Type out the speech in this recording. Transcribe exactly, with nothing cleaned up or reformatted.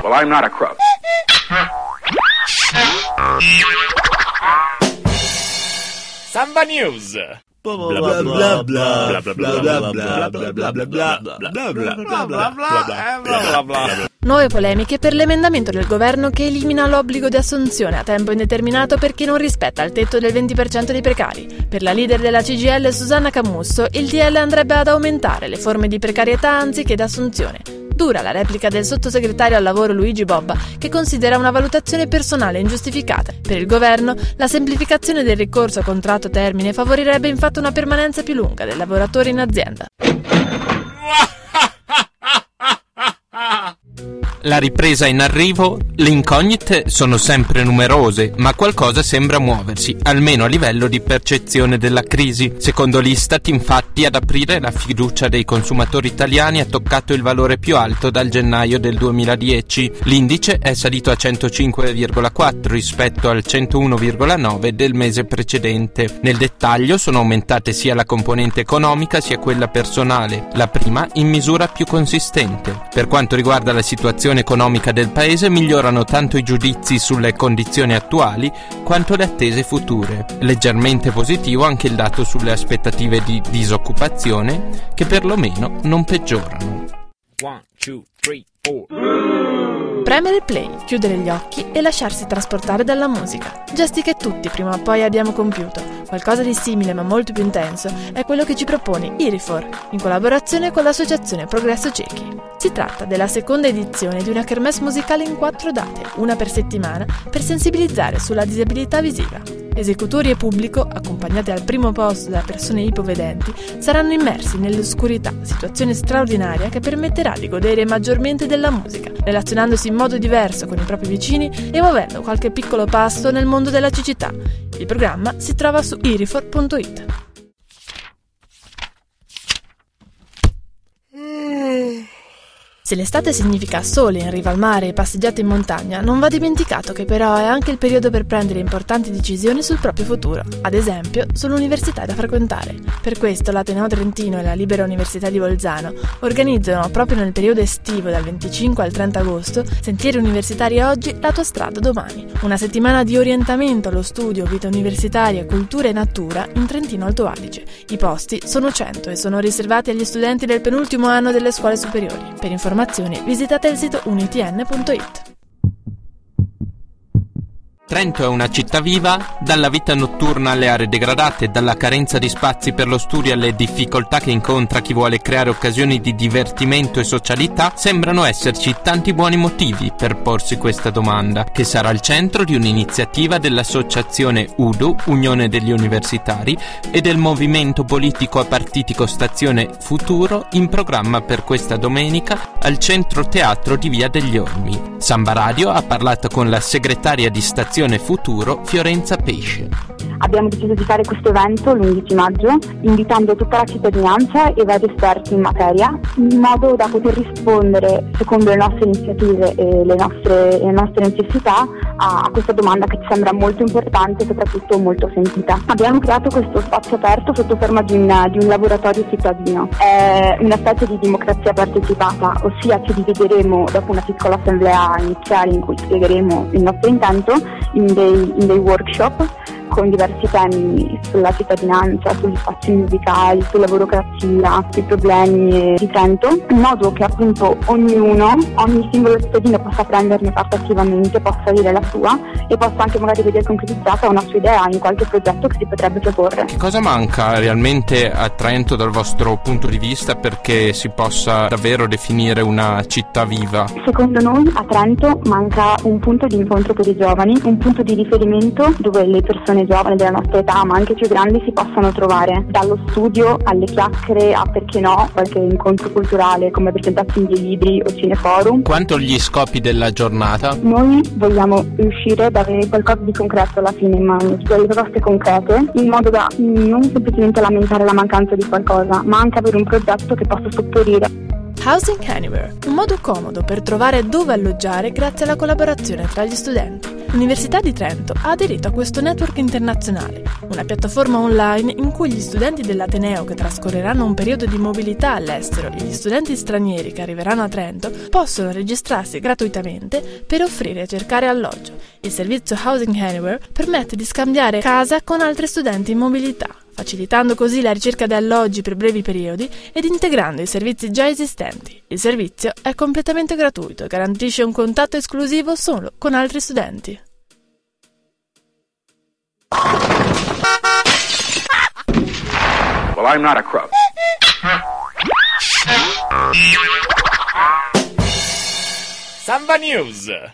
Well, I'm not a crook. Samba News. Nuove polemiche per l'emendamento del governo che elimina l'obbligo di assunzione a tempo indeterminato per chi non rispetta il tetto del venti per cento dei precari. Per la leader della C G I L Susanna Camusso, il D L andrebbe ad aumentare le forme di precarietà anziché d'assunzione. Dura la replica del sottosegretario al lavoro Luigi Bobba, che considera una valutazione personale ingiustificata. Per il governo, la semplificazione del ricorso a contratto a termine favorirebbe infatti una permanenza più lunga del lavoratore in azienda. La ripresa in arrivo, le incognite sono sempre numerose, ma qualcosa sembra muoversi, almeno a livello di percezione della crisi. Secondo l'Istat, infatti, ad aprile la fiducia dei consumatori italiani ha toccato il valore più alto dal gennaio del duemiladieci. L'indice è salito a centocinque virgola quattro rispetto al centouno virgola nove del mese precedente. Nel dettaglio sono aumentate sia la componente economica sia quella personale, la prima in misura più consistente. Per quanto riguarda la situazione economica del paese, migliorano tanto i giudizi sulle condizioni attuali quanto le attese future. Leggermente positivo anche il dato sulle aspettative di disoccupazione, che perlomeno non peggiorano. One, two, three, four. Premere play, chiudere gli occhi e lasciarsi trasportare dalla musica. Gesti che tutti prima o poi abbiamo compiuto. Qualcosa di simile ma molto più intenso è quello che ci propone Irifor, in collaborazione con l'associazione Progresso Cechi. Si tratta della seconda edizione di una kermesse musicale in quattro date, una per settimana, per sensibilizzare sulla disabilità visiva. Esecutori e pubblico, accompagnati al primo posto da persone ipovedenti, saranno immersi nell'oscurità, situazione straordinaria che permetterà di godere maggiormente della musica, relazionandosi in modo diverso con i propri vicini e muovendo qualche piccolo passo nel mondo della cecità. Il programma si trova su irifor punto it. Se l'estate significa sole in riva al mare e passeggiate in montagna, non va dimenticato che però è anche il periodo per prendere importanti decisioni sul proprio futuro, ad esempio sull'università da frequentare. Per questo l'Ateneo Trentino e la Libera Università di Bolzano organizzano proprio nel periodo estivo dal venticinque al trenta agosto Sentieri Universitari Oggi, la tua strada domani. Una settimana di orientamento allo studio, vita universitaria, cultura e natura in Trentino Alto Adige. I posti sono cento e sono riservati agli studenti del penultimo anno delle scuole superiori. Per informazioni visitate il sito unitn punto it. Trento è una città viva, dalla vita notturna alle aree degradate, dalla carenza di spazi per lo studio alle difficoltà che incontra chi vuole creare occasioni di divertimento e socialità, sembrano esserci tanti buoni motivi per porsi questa domanda, che sarà al centro di un'iniziativa dell'associazione U D U, Unione degli Universitari, e del movimento politico apartitico Stazione Futuro, in programma per questa domenica al Centro Teatro di Via degli Olmi. Samba Radio ha parlato con la segretaria di Stazione Futuro, Fiorenza Pesce. Abbiamo deciso di fare questo evento l'undici maggio, invitando tutta la cittadinanza e vari esperti in materia, in modo da poter rispondere, secondo le nostre iniziative e le nostre, le nostre necessità, a, a questa domanda che ci sembra molto importante e soprattutto molto sentita. Abbiamo creato questo spazio aperto sotto forma di, una, di un laboratorio cittadino. È una specie di democrazia partecipata, ossia ci divideremo dopo una piccola assemblea iniziale in cui spiegheremo il nostro intento in dei, in dei workshop con diversi temi sulla cittadinanza, sugli spazi musicali, sulla burocrazia, sui problemi di Trento, in modo che appunto ognuno, ogni singolo cittadino possa prenderne parte attivamente, possa dire la sua e possa anche magari vedere concretizzata una sua idea in qualche progetto che si potrebbe proporre. Che cosa manca realmente a Trento dal vostro punto di vista perché si possa davvero definire una città viva? Secondo noi a Trento manca un punto di incontro per i giovani, un punto di riferimento dove le persone giovani della nostra età, ma anche più grandi, si possano trovare, dallo studio alle chiacchiere a, perché no, qualche incontro culturale come presentazioni di libri o cineforum. Quanto agli scopi della giornata? Noi vogliamo riuscire ad avere qualcosa di concreto alla fine in mano, delle proposte concrete, in modo da non semplicemente lamentare la mancanza di qualcosa, ma anche avere un progetto che possa sopperire. Housing Anywhere, un modo comodo per trovare dove alloggiare grazie alla collaborazione tra gli studenti. l'Università di Trento ha aderito a questo network internazionale, una piattaforma online in cui gli studenti dell'Ateneo che trascorreranno un periodo di mobilità all'estero e gli studenti stranieri che arriveranno a Trento possono registrarsi gratuitamente per offrire e cercare alloggio. Il servizio Housing Anywhere permette di scambiare casa con altri studenti in mobilità, facilitando così la ricerca di alloggi per brevi periodi ed integrando i servizi già esistenti. Il servizio è completamente gratuito e garantisce un contatto esclusivo solo con altri studenti. Well, I'm not a crook. Samba News.